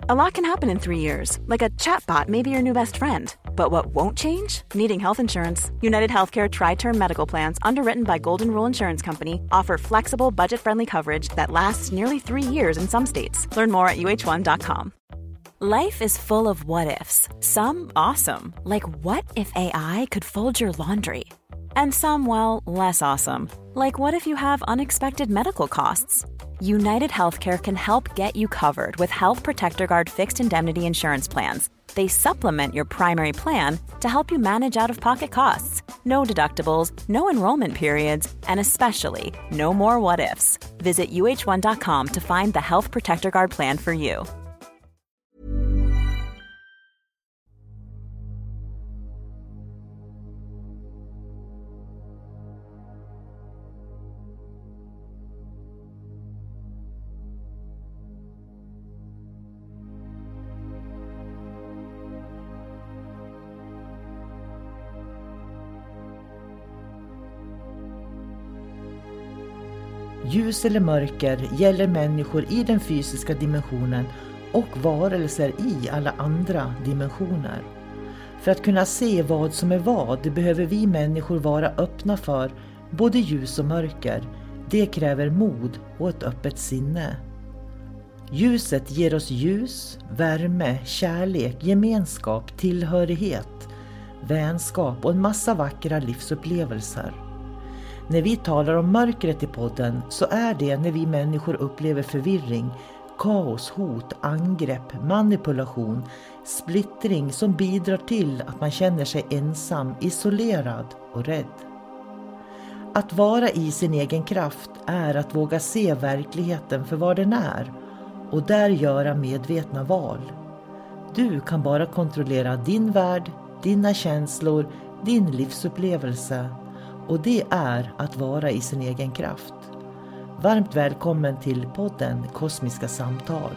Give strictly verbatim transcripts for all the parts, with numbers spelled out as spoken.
A lot can happen in three years, like a chatbot may be your new best friend. But what won't change? Needing health insurance. United Healthcare Tri-Term Medical Plans, underwritten by Golden Rule Insurance Company, offer flexible, budget-friendly coverage that lasts nearly three years in some states. Learn more at U H one dot com. Life is full of what-ifs. Some awesome, like what if A I could fold your laundry? And some, well, less awesome, like what if you have unexpected medical costs? United Healthcare can help get you covered with Health Protector Guard fixed indemnity insurance plans. They supplement your primary plan to help you manage out-of-pocket costs. No deductibles, no enrollment periods, and especially no more what-ifs. Visit U H one dot com to find the Health Protector Guard plan for you. Ljus eller mörker gäller människor i den fysiska dimensionen och varelser i alla andra dimensioner. För att kunna se vad som är vad behöver vi människor vara öppna för både ljus och mörker. Det kräver mod och ett öppet sinne. Ljuset ger oss ljus, värme, kärlek, gemenskap, tillhörighet, vänskap och en massa vackra livsupplevelser. När vi talar om mörkret i podden så är det när vi människor upplever förvirring, kaos, hot, angrepp, manipulation, splittring som bidrar till att man känner sig ensam, isolerad och rädd. Att vara i sin egen kraft är att våga se verkligheten för vad den är och där göra medvetna val. Du kan bara kontrollera din värld, dina känslor, din livsupplevelse. Och det är att vara i sin egen kraft. Varmt välkommen till podden Kosmiska samtal.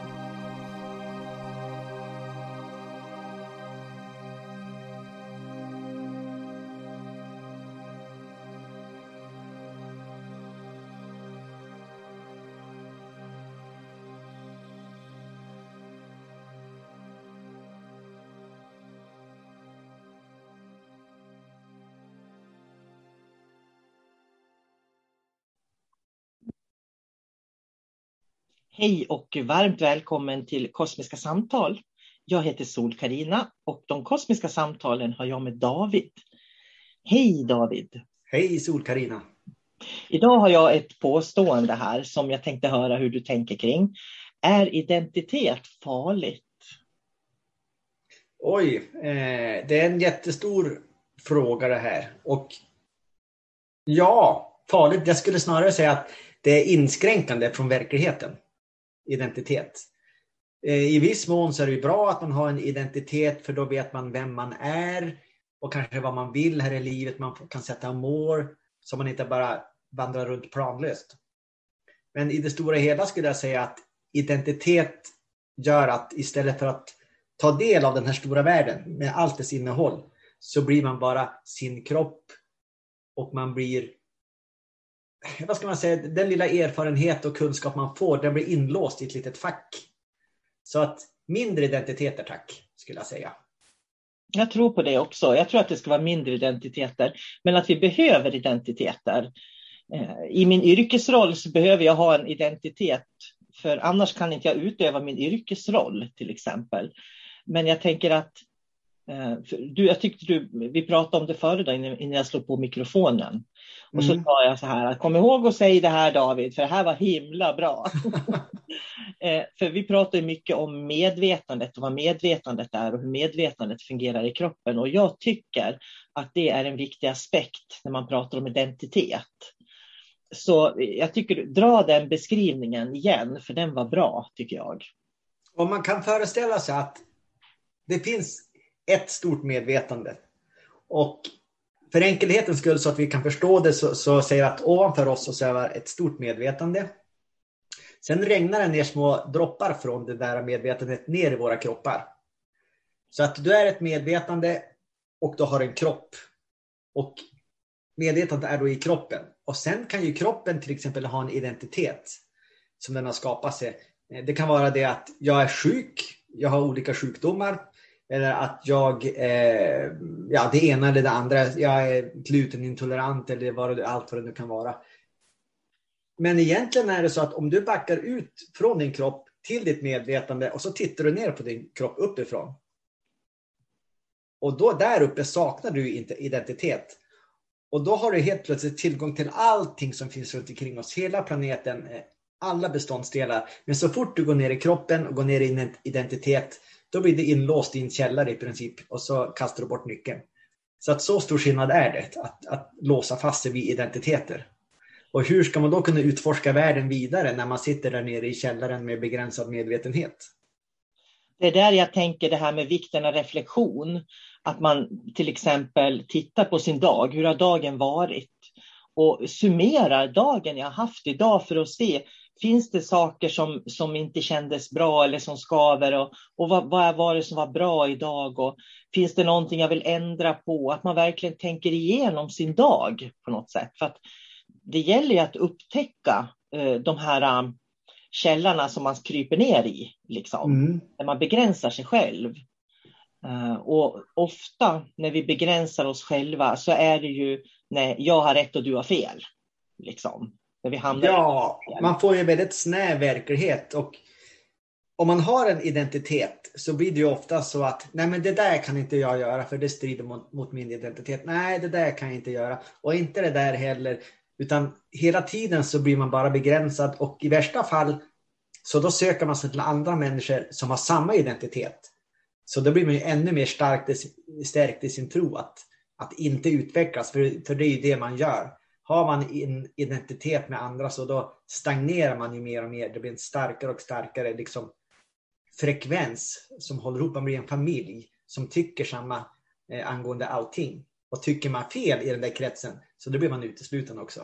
Hej och varmt välkommen till Kosmiska samtal. Jag heter Sol-Carina och de kosmiska samtalen har jag med David. Hej David. Hej Sol-Carina. Idag har jag ett påstående här som jag tänkte höra hur du tänker kring. Är identitet farligt? Oj, eh, det är en jättestor fråga det här. Och ja, farligt. Jag skulle snarare säga att det är inskränkande från verkligheten. Identitet. I viss mån så är det ju bra att man har en identitet, för då vet man vem man är och kanske vad man vill här i livet. Man kan sätta mål så man inte bara vandrar runt planlöst. Men i det stora hela skulle jag säga att identitet gör att istället för att ta del av den här stora världen med allt dess innehåll, så blir man bara sin kropp och man blir, vad ska man säga, den lilla erfarenhet och kunskap man får, den blir inlåst i ett litet fack. Så att mindre identiteter, tack, skulle jag säga. Jag tror på det också. Jag tror att det ska vara mindre identiteter. Men att vi behöver identiteter. I min yrkesroll så behöver jag ha en identitet. För annars kan inte jag utöva min yrkesroll till exempel. Men jag tänker att du, jag tyckte du, vi pratade om det förut då, innan jag slog på mikrofonen. Och så mm. sa jag så här, kom ihåg att säga det här David, för det här var himla bra. eh, för vi pratar ju mycket om medvetandet och vad medvetandet är och hur medvetandet fungerar i kroppen. Och jag tycker att det är en viktig aspekt när man pratar om identitet. Så jag tycker, dra den beskrivningen igen, för den var bra tycker jag. Och man kan föreställa sig att det finns ett stort medvetande. Och för enkelhetens skull, så att vi kan förstå det, så, så säger jag att ovanför oss så är det ett stort medvetande. Sen regnar det ner små droppar från det där medvetandet ner i våra kroppar. Så att du är ett medvetande och du har en kropp. Och medvetandet är då i kroppen. Och sen kan ju kroppen till exempel ha en identitet som den har skapat sig. Det kan vara det att jag är sjuk jag har olika sjukdomar. Eller att jag, eh, ja det ena eller det andra, jag är glutenintolerant eller vad det, allt vad det nu kan vara. Men egentligen är det så att om du backar ut från din kropp till ditt medvetande och så tittar du ner på din kropp uppifrån. Och då där uppe saknar du inte identitet. Och då har du helt plötsligt tillgång till allting som finns runt omkring oss. Hela planeten, alla beståndsdelar. Men så fort du går ner i kroppen och går ner i identitet, då blir det inlåst i en källare i princip. Och så kastar du bort nyckeln. Så att så stor skillnad är det att, att låsa fast sig vid identiteter. Och hur ska man då kunna utforska världen vidare när man sitter där nere i källaren med begränsad medvetenhet? Det är där jag tänker det här med vikten av reflektion. Att man till exempel tittar på sin dag. Hur har dagen varit? Och summerar dagen jag har haft idag för att se. Finns det saker som, som inte kändes bra eller som skaver? Och, och vad, vad var det som var bra idag? Och finns det någonting jag vill ändra på? Att man verkligen tänker igenom sin dag på något sätt. För att det gäller ju att upptäcka eh, de här um, källorna som man kryper ner i. Liksom, mm. När man begränsar sig själv. Uh, och ofta när vi begränsar oss själva så är det ju nej, jag har rätt och du har fel. Liksom, när vi hamnar ja, i man får ju en väldigt snäv verklighet. Och om man har en identitet så blir det ju ofta så att nej men det där kan inte jag göra för det strider mot, mot min identitet. Nej, det där kan jag inte göra. Och inte det där heller. Utan hela tiden så blir man bara begränsad och i värsta fall så då söker man sig till andra människor som har samma identitet. Så då blir man ju ännu mer starkt, stärkt i sin tro att, att inte utvecklas. För, för det är ju det man gör. Har man en identitet med andra så då stagnerar man ju mer och mer. Det blir en starkare och starkare liksom, frekvens som håller ihop. Man blir en familj som tycker samma eh, angående allting. Och tycker man fel i den där kretsen så då blir man utesluten också.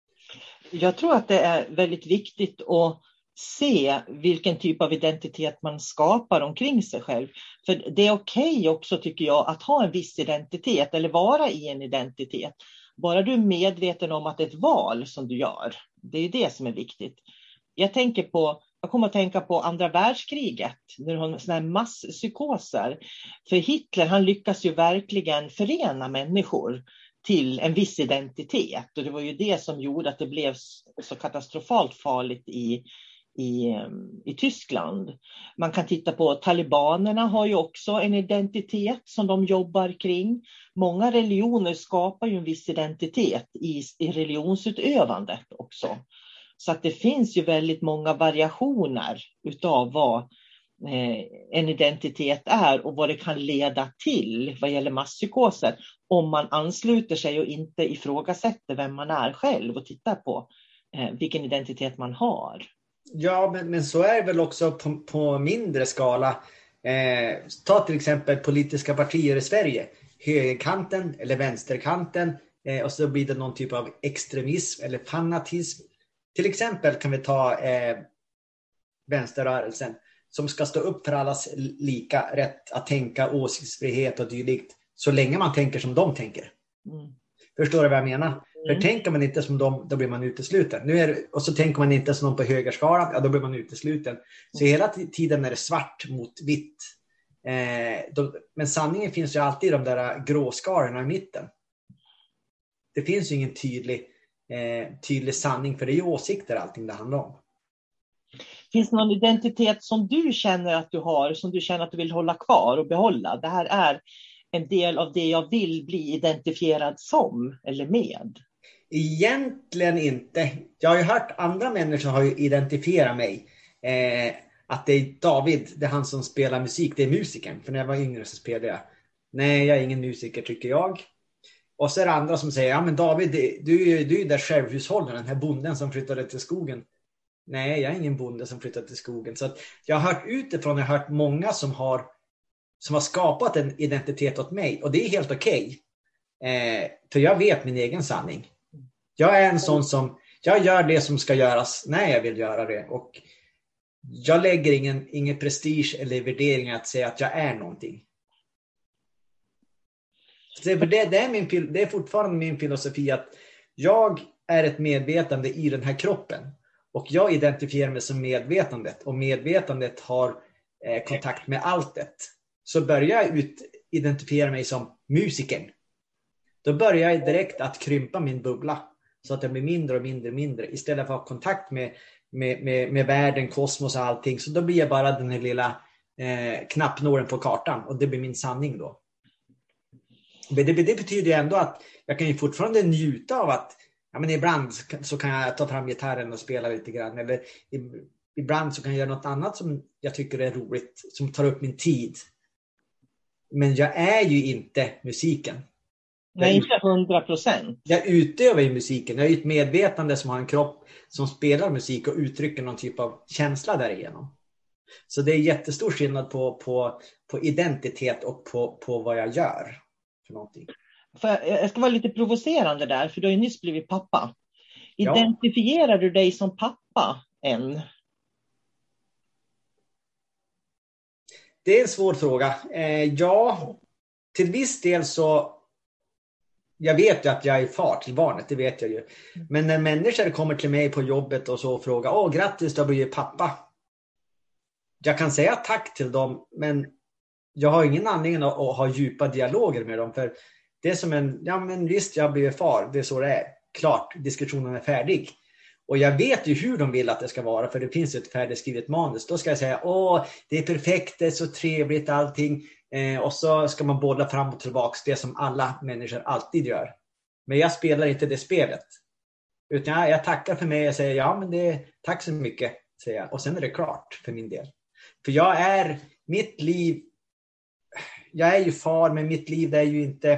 Jag tror att det är väldigt viktigt att se vilken typ av identitet man skapar omkring sig själv. För det är okej också tycker jag att ha en viss identitet eller vara i en identitet. Bara du är medveten om att det är ett val som du gör. Det är det som är viktigt. Jag tänker på, jag kommer att tänka på andra världskriget. När hon såna här masspsykoser. För Hitler han lyckas ju verkligen förena människor till en viss identitet. Och det var ju det som gjorde att det blev så katastrofalt farligt i I, i Tyskland. Man kan titta på talibanerna har ju också en identitet som de jobbar kring. Många religioner skapar ju en viss identitet i, i religionsutövandet också. Så att det finns ju väldigt många variationer utav vad eh, en identitet är och vad det kan leda till vad gäller masspsykoser. Om man ansluter sig och inte ifrågasätter vem man är själv och tittar på eh, vilken identitet man har. Ja, men, men så är det väl också på, på mindre skala. Eh, ta till exempel politiska partier i Sverige. Högerkanten eller vänsterkanten. Eh, och så blir det någon typ av extremism eller fanatism. Till exempel kan vi ta eh, vänsterrörelsen. Som ska stå upp för allas lika rätt att tänka, åsiktsfrihet och dylikt. Så länge man tänker som de tänker. Mm. Förstår du vad jag menar? Mm. För tänker man inte som dem, då blir man utesluten. Nu är det, och så tänker man inte som någon på högerskalan, ja då blir man utesluten. Så hela tiden är det svart mot vitt. Eh, de, men sanningen finns ju alltid i de där gråskalorna i mitten. Det finns ju ingen tydlig, eh, tydlig sanning, för det är ju åsikter allting det handlar om. Finns det någon identitet som du känner att du har, som du känner att du vill hålla kvar och behålla? Det här är en del av det jag vill bli identifierad som eller med? Egentligen inte. Jag har ju hört andra människor har ju identifierat mig. Eh, att det är David, det är han som spelar musik, det är musikern. För när jag var yngre så spelade jag. Nej, jag är ingen musiker tycker jag. Och så är det andra som säger, ja men David, du är ju du är där självhushållaren, den här bonden som flyttade till skogen. Nej, jag är ingen bonde som flyttade till skogen. Så att jag har hört utifrån, jag har hört många som har som har skapat en identitet åt mig. Och det är helt okej. Eh, för jag vet min egen sanning. Jag är en sån som, jag gör det som ska göras när jag vill göra det. Och jag lägger ingen, ingen prestige eller värdering att säga att jag är någonting. Så det, det, är min, det är fortfarande min filosofi att jag är ett medvetande i den här kroppen. Och jag identifierar mig som medvetandet. Och medvetandet har eh, kontakt med alltet, så börjar jag ut, identifiera mig som musiker. Då börjar jag direkt att krympa min bubbla så att den blir mindre och mindre och mindre. Istället för att ha kontakt med, med, med, med världen, kosmos och allting. Så då blir jag bara den här lilla eh, knappnålen på kartan. Och det blir min sanning då. Men det, det betyder ju ändå att jag kan ju fortfarande njuta av att ja, men ibland så kan jag ta fram gitarren och spela lite grann. Eller ibland så kan jag göra något annat som jag tycker är roligt. Som tar upp min tid. Men jag är ju inte musiken. Nej, inte hundra procent. Jag utövar ju musiken. Jag är ett medvetande som har en kropp som spelar musik och uttrycker någon typ av känsla därigenom. Så det är jättestor skillnad på, på, på identitet och på, på vad jag gör för någonting. För jag, jag ska vara lite provocerande där, för du har ju nyss blivit pappa. Identifierar ja. du dig som pappa än? Det är en svår fråga. Eh, ja, till viss del så jag vet ju att jag är far till barnet, det vet jag ju. Men när människor kommer till mig på jobbet och så frågar, åh grattis, du har blivit pappa. Jag kan säga tack till dem, men jag har ingen anledning att, att ha djupa dialoger med dem. För det är som en, ja men visst jag har blivit far, det är så det är. Klart, diskussionen är färdig. Och jag vet ju hur de vill att det ska vara, för det finns ett färdigskrivet manus. Då ska jag säga, åh det är perfekt, det är så trevligt allting. Eh, och så ska man bolla fram och tillbaka det som alla människor alltid gör. Men jag spelar inte det spelet. Utan jag, jag tackar för mig och säger ja men det tack så mycket. Säger jag. Och sen är det klart för min del. För jag är, mitt liv, jag är ju far men mitt liv är ju inte,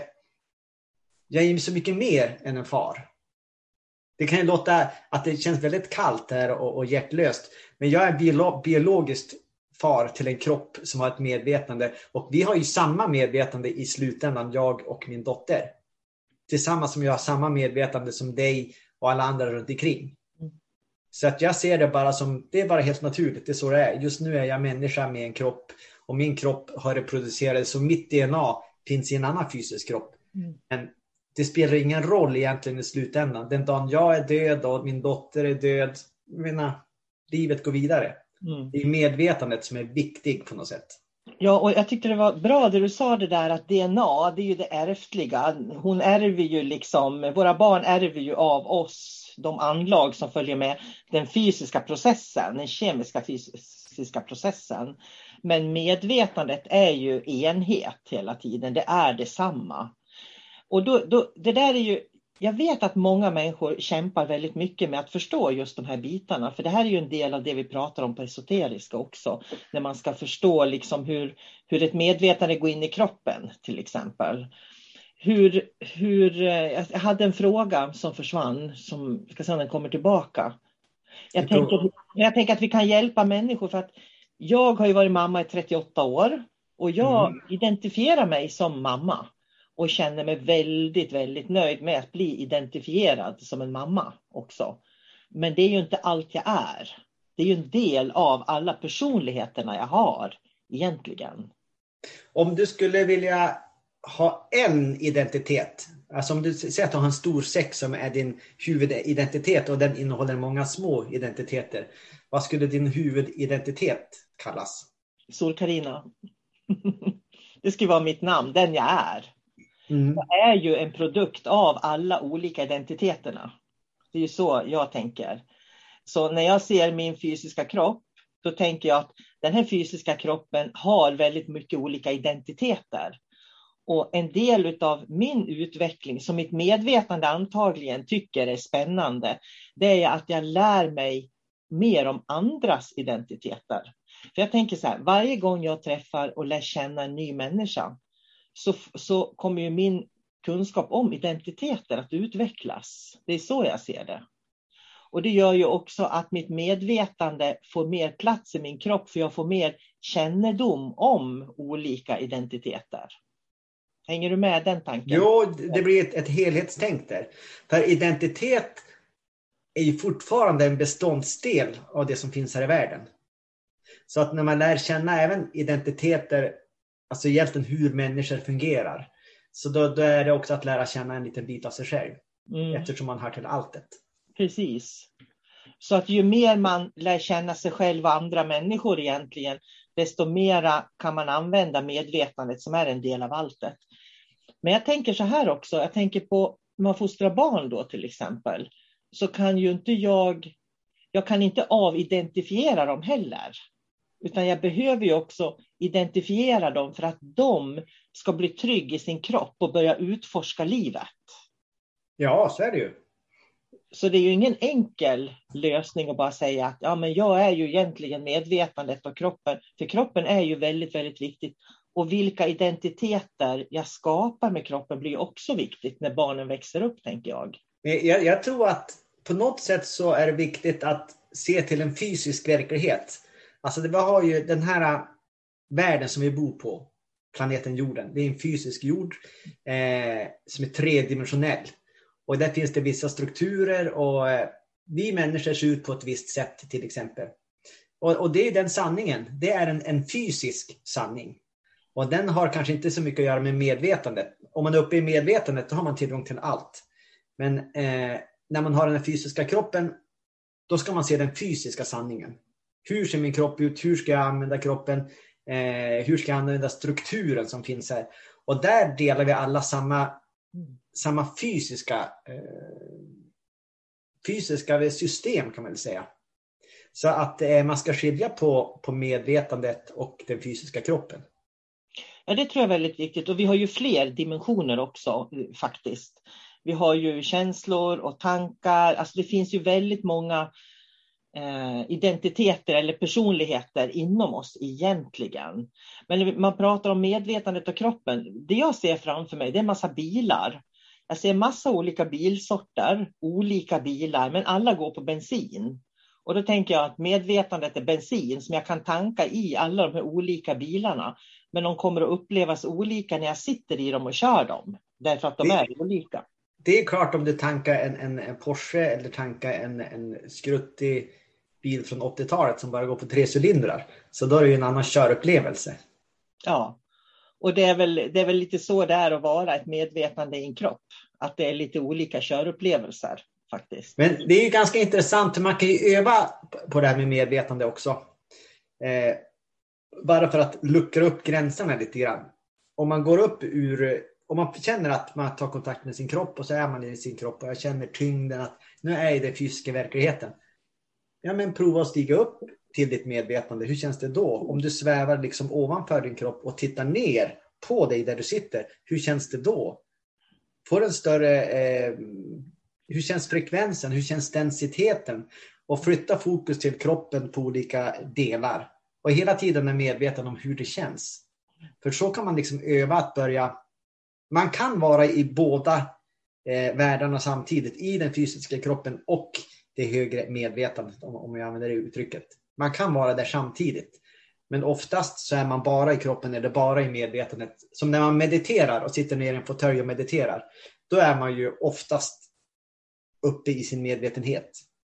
jag är ju så mycket mer än en far. Det kan ju låta att det känns väldigt kallt här och, och hjärtlöst. Men jag är biolo- biologiskt far till en kropp som har ett medvetande. Och vi har ju samma medvetande i slutändan, jag och min dotter. Tillsammans som jag har samma medvetande som dig och alla andra runt omkring. Så att jag ser det bara som, det är bara helt naturligt, det är så det är. Just nu är jag människa med en kropp. Och min kropp har reproducerats, så mitt D N A finns i en annan fysisk kropp. Mm. Men det spelar ingen roll egentligen i slutändan. Den dagen jag är död och min dotter är död, jag menar, livet går vidare. Mm. Det är medvetandet som är viktigt på något sätt. Ja, och jag tyckte det var bra det du sa det där att D N A, det är ju det ärftliga. Hon ärver ju liksom, våra barn ärver ju av oss de anlag som följer med den fysiska processen, den kemiska fysiska processen. Men medvetandet är ju enhet hela tiden, det är detsamma. Och då, då, det där är ju, jag vet att många människor kämpar väldigt mycket med att förstå just de här bitarna. För det här är ju en del av det vi pratar om på esoteriska också. När man ska förstå liksom hur, hur ett medvetande går in i kroppen till exempel. Hur, hur, jag hade en fråga som försvann, som ska sedan den kommer tillbaka. Jag tänker, jag tänker att vi kan hjälpa människor för att jag har ju varit mamma i trettioåtta år. Och jag mm. identifierar mig som mamma. Och känner mig väldigt, väldigt nöjd med att bli identifierad som en mamma också. Men det är ju inte allt jag är. Det är ju en del av alla personligheterna jag har egentligen. Om du skulle vilja ha en identitet. Alltså om du säger att du har en stor säck som är din huvudidentitet och den innehåller många små identiteter. Vad skulle din huvudidentitet kallas? Sol-Carina. Det skulle vara mitt namn, den jag är. Mm. Jag är ju en produkt av alla olika identiteterna. Det är ju så jag tänker. Så när jag ser min fysiska kropp, då tänker jag att den här fysiska kroppen har väldigt mycket olika identiteter. Och en del av min utveckling som mitt medvetande antagligen tycker är spännande, det är att jag lär mig mer om andras identiteter. För jag tänker så här, varje gång jag träffar och lär känna en ny människa, Så, så kommer ju min kunskap om identiteter att utvecklas. Det är så jag ser det. Och det gör ju också att mitt medvetande får mer plats i min kropp. För jag får mer kännedom om olika identiteter. Hänger du med den tanken? Jo, det blir ett, ett helhetstänk där. För identitet är ju fortfarande en beståndsdel av det som finns här i världen. Så att när man lär känna även identiteter, alltså egentligen hur människor fungerar. Så då, då är det också att lära känna en liten bit av sig själv. Mm. Eftersom man hör till alltet. Precis. Så att ju mer man lär känna sig själv och andra människor egentligen, desto mera kan man använda medvetandet som är en del av alltet. Men jag tänker så här också, jag tänker på om man fostrar barn då till exempel, så kan ju inte jag, jag kan inte avidentifiera dem heller. Utan jag behöver ju också identifiera dem för att de ska bli trygg i sin kropp och börja utforska livet. Ja, så är det ju. Så det är ju ingen enkel lösning att bara säga att ja, men jag är ju egentligen medvetandet av kroppen. För kroppen är ju väldigt, väldigt viktigt. Och vilka identiteter jag skapar med kroppen blir också viktigt när barnen växer upp, tänker jag. Jag, jag tror att på något sätt så är det viktigt att se till en fysisk verklighet. Alltså det, vi har ju den här världen som vi bor på, planeten jorden. Det är en fysisk jord eh, som är tredimensionell. Och där finns det vissa strukturer och eh, vi människor ser ut på ett visst sätt till exempel. Och, och det är den sanningen. Det är en, en fysisk sanning. Och den har kanske inte så mycket att göra med medvetandet. Om man är uppe i medvetandet då har man tillgång till allt. Men eh, när man har den fysiska kroppen, då ska man se den fysiska sanningen. Hur ser min kropp ut? Hur ska jag använda kroppen? Eh, hur ska jag använda strukturen som finns här? Och där delar vi alla samma, samma fysiska, eh, fysiska system kan man väl säga. Så att eh, man ska skilja på, på medvetandet och den fysiska kroppen. Ja, det tror jag är väldigt viktigt. Och vi har ju fler dimensioner också faktiskt. Vi har ju känslor och tankar. Alltså det finns ju väldigt många eh, identiteter eller personligheter inom oss egentligen. Men när man pratar om medvetandet och kroppen. Det jag ser framför mig, det är en massa bilar. Jag ser massa olika bilsorter, olika bilar, men alla går på bensin. Och då tänker jag att medvetandet är bensin som jag kan tanka i alla de här olika bilarna. Men de kommer att upplevas olika när jag sitter i dem och kör dem. Därför att de det, är olika. Det är klart om du tankar en, en, en Porsche eller tankar en, en skruttig bil från åttiotalet som bara går på tre cylindrar. Så då är det ju en annan körupplevelse. Ja, och det är väl, det är väl lite så där att vara ett medvetande i en kropp. Att det är lite olika körupplevelser faktiskt. Men det är ju ganska intressant. Man kan ju öva på det här med medvetande också. Eh, bara för att luckra upp gränserna lite grann. Om man går upp ur... Om man känner att man tar kontakt med sin kropp och så är man i sin kropp och jag känner tyngden att nu är jag i den fysiska verkligheten. Ja, men prova att stiga upp till ditt medvetande. Hur känns det då? Om du svävar liksom ovanför din kropp och tittar ner på dig där du sitter. Hur känns det då? Får en större... Eh, hur känns frekvensen? Hur känns densiteten? Och flytta fokus till kroppen på olika delar. Och hela tiden är medveten om hur det känns. För så kan man liksom öva att börja... Man kan vara i båda eh, världarna samtidigt. I den fysiska kroppen och det högre medvetandet. Om, om jag använder det uttrycket. Man kan vara där samtidigt. Men oftast så är man bara i kroppen eller bara i medvetandet. Som när man mediterar och sitter ner i en fåtölj och mediterar. Då är man ju oftast uppe i sin medvetenhet.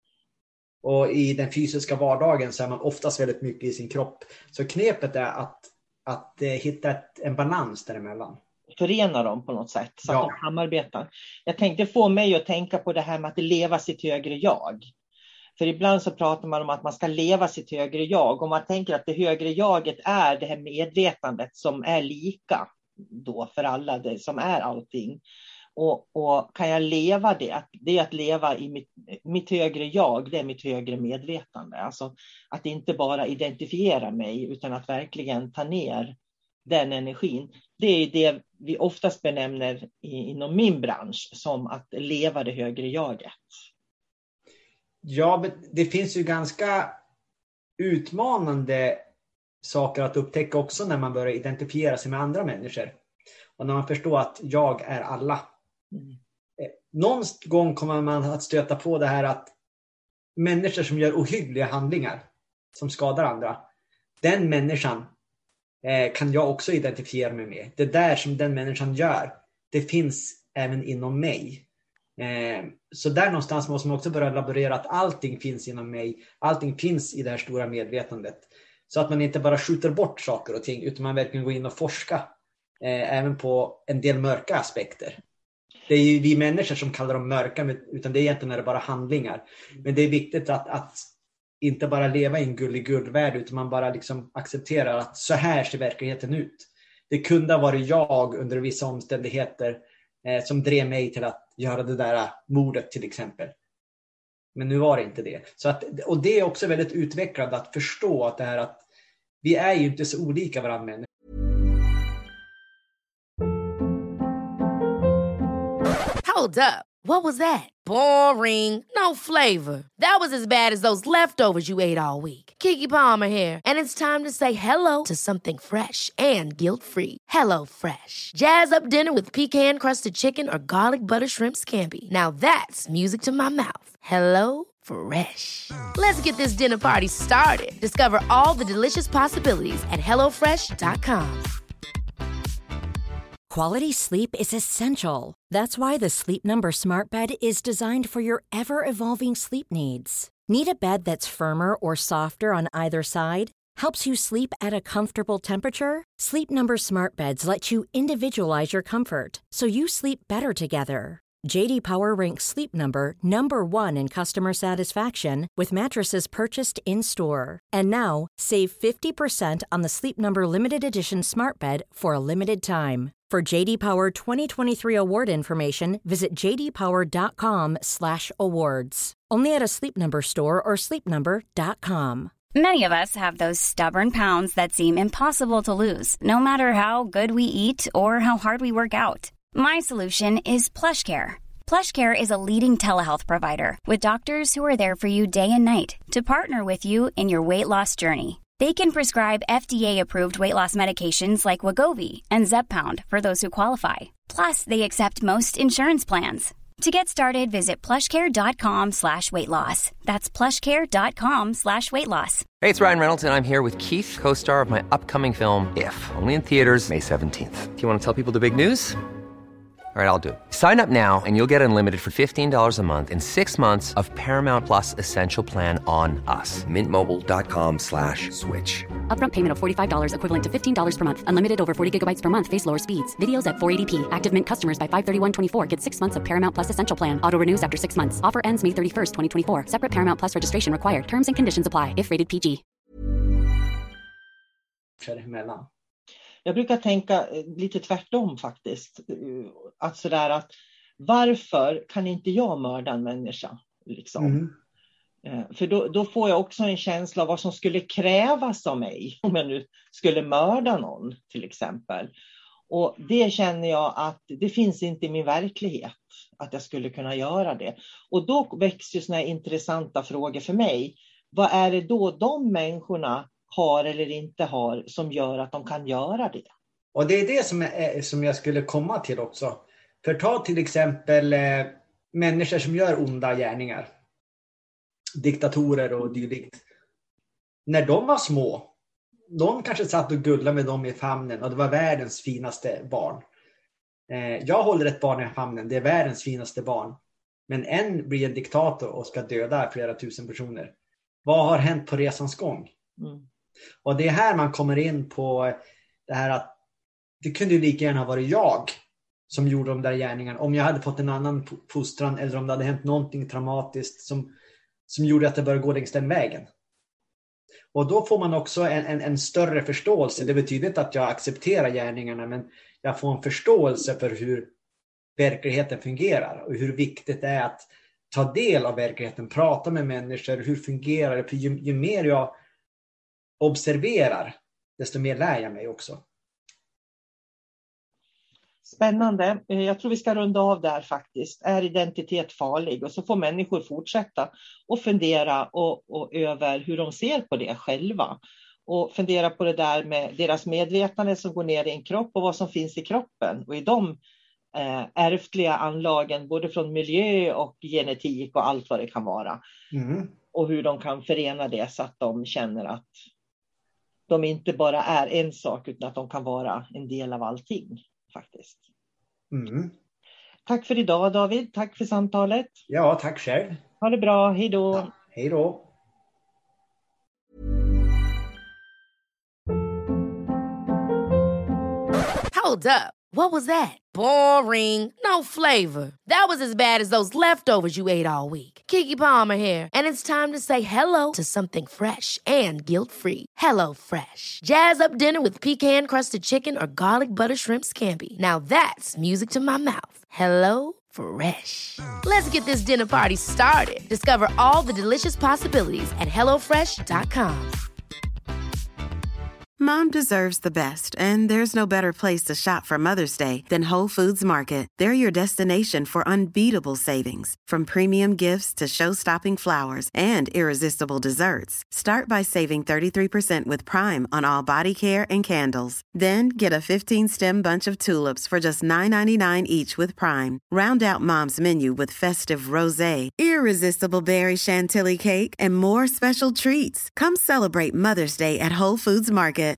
Och i den fysiska vardagen så är man oftast väldigt mycket i sin kropp. Så knepet är att, att eh, hitta ett, en balans däremellan. Förena dem på något sätt så ja. att de samarbetar. Jag tänkte få mig att tänka på det här med att leva sitt högre jag. För ibland så pratar man om att man ska leva sitt högre jag. Om man tänker att det högre jaget är det här medvetandet som är lika då för alla, det som är allting. Och, och kan jag leva det? Det är att leva i mitt, mitt högre jag, det är mitt högre medvetande. Alltså att inte bara identifiera mig utan att verkligen ta ner den energin. Det är det vi oftast benämner inom min bransch som att leva det högre jaget. Ja, det finns ju ganska utmanande saker att upptäcka också när man börjar identifiera sig med andra människor. Och när man förstår att jag är alla. Mm. Någon gång kommer man att stöta på det här att människor som gör ohyggliga handlingar som skadar andra, den människan eh, kan jag också identifiera mig med. Det där som den människan gör, det finns även inom mig. Eh, så där någonstans måste man också börja laborera att allting finns inom mig, allting finns i det här stora medvetandet. Så att man inte bara skjuter bort saker och ting utan man verkligen går in och forskar eh, även på en del mörka aspekter. Det är ju vi människor som kallar dem mörka, utan det är egentligen är det bara handlingar. Men det är viktigt att, att inte bara leva i en gulligull-värld, utan man bara liksom accepterar att så här ser verkligheten ut. Det kunde ha varit jag under vissa omständigheter eh, som drev mig till att göra det där mordet till exempel. Men nu var det inte det. Så att, och det är också väldigt utvecklande att förstå att det här att vi är ju inte så olika varandra. Hold up. What was that? Boring. No flavor. That was as bad as those leftovers you ate all week. Keke Palmer here, and it's time to say hello to something fresh and guilt-free. Hello Fresh. Jazz up dinner with pecan-crusted chicken or garlic butter shrimp scampi. Now that's music to my mouth. Hello Fresh. Let's get this dinner party started. Discover all the delicious possibilities at hello fresh dot com. Quality sleep is essential. That's why the Sleep Number Smart Bed is designed for your ever-evolving sleep needs. Need a bed that's firmer or softer on either side? Helps you sleep at a comfortable temperature? Sleep Number Smart Beds let you individualize your comfort, so you sleep better together. J D Power ranks Sleep Number number one in customer satisfaction with mattresses purchased in-store. And now, save fifty percent on the Sleep Number Limited Edition Smart Bed for a limited time. For J D Power twenty twenty-three award information, visit j d power dot com slash awards. Only at a Sleep Number store or sleep number dot com. Many of us have those stubborn pounds that seem impossible to lose, no matter how good we eat or how hard we work out. My solution is PlushCare. PlushCare is a leading telehealth provider with doctors who are there for you day and night to partner with you in your weight loss journey. They can prescribe F D A-approved weight loss medications like Wegovy and Zepbound for those who qualify. Plus, they accept most insurance plans. To get started, visit plushcare.com slash weight loss. That's plushcare.com slash weight loss. Hey, it's Ryan Reynolds, and I'm here with Keith, co-star of my upcoming film, If, only in theaters May seventeenth. Do you want to tell people the big news? All right, I'll do it. Sign up now and you'll get unlimited for fifteen dollars a month and six months of Paramount Plus Essential Plan on us. Mint Mobile dot com slash switch. Upfront payment of forty-five dollars equivalent to fifteen dollars per month. Unlimited over forty gigabytes per month. Face lower speeds. Videos at four eighty p. Active Mint customers by five thirty-one twenty-four get six months of Paramount Plus Essential Plan. Auto renews after six months. Offer ends May thirty-first, twenty twenty-four. Separate Paramount Plus registration required. Terms and conditions apply if rated P G. Jag brukar tänka lite tvärtom faktiskt. Att sådär att varför kan inte jag mörda en människa? Liksom? Mm. För då, då får jag också en känsla av vad som skulle krävas av mig om jag nu skulle mörda någon till exempel. Och det känner jag att det finns inte i min verklighet att jag skulle kunna göra det. Och då växer ju såna här intressanta frågor för mig. Vad är det då de människorna har eller inte har som gör att de kan göra det? Och det är det som, är, som jag skulle komma till också. För ta till exempel eh, människor som gör onda gärningar. Diktatorer och dylikt. När de var små, de kanske satt och gullade med dem i famnen och det var världens finaste barn. Eh, jag håller ett barn i famnen, det är världens finaste barn. Men en blir en diktator och ska döda flera tusen personer. Vad har hänt på resans gång? Mm. Och det är här man kommer in på det här att det kunde ju lika gärna ha varit jag som gjorde de där gärningarna. Om jag hade fått en annan fostran eller om det hade hänt någonting traumatiskt som, som gjorde att det började gå längs den vägen. Och då får man också en, en, en större förståelse. Det betyder inte att jag accepterar gärningarna, men jag får en förståelse för hur verkligheten fungerar och hur viktigt det är att ta del av verkligheten, prata med människor, hur fungerar det? För ju, ju mer jag observerar, desto mer lär jag mig också. Spännande. Jag tror vi ska runda av där faktiskt. Är identitet farlig? Och så får människor fortsätta och fundera och, och över hur de ser på det själva. Och fundera på det där med deras medvetande som går ner i en kropp och vad som finns i kroppen. Och i de eh, ärftliga anlagen, både från miljö och genetik och allt vad det kan vara. Mm. Och hur de kan förena det så att de känner att de inte bara är en sak utan att de kan vara en del av allting faktiskt. Mm. Tack för idag David, tack för samtalet. Ja, tack själv. Ha det bra, hej då. Ja, hej då. Hold up. What was that? Boring. No flavor. That was as bad as those leftovers you ate all week. Keke Palmer here, and it's time to say hello to something fresh and guilt-free. Hello Fresh. Jazz up dinner with pecan-crusted chicken or garlic butter shrimp scampi. Now that's music to my mouth. Hello Fresh. Let's get this dinner party started. Discover all the delicious possibilities at hello fresh dot com. Mom deserves the best, and there's no better place to shop for Mother's Day than Whole Foods Market. They're your destination for unbeatable savings, from premium gifts to show-stopping flowers and irresistible desserts. Start by saving thirty-three percent with Prime on all body care and candles. Then get a fifteen-stem bunch of tulips for just nine ninety-nine each with Prime. Round out Mom's menu with festive rosé, irresistible berry chantilly cake, and more special treats. Come celebrate Mother's Day at Whole Foods Market.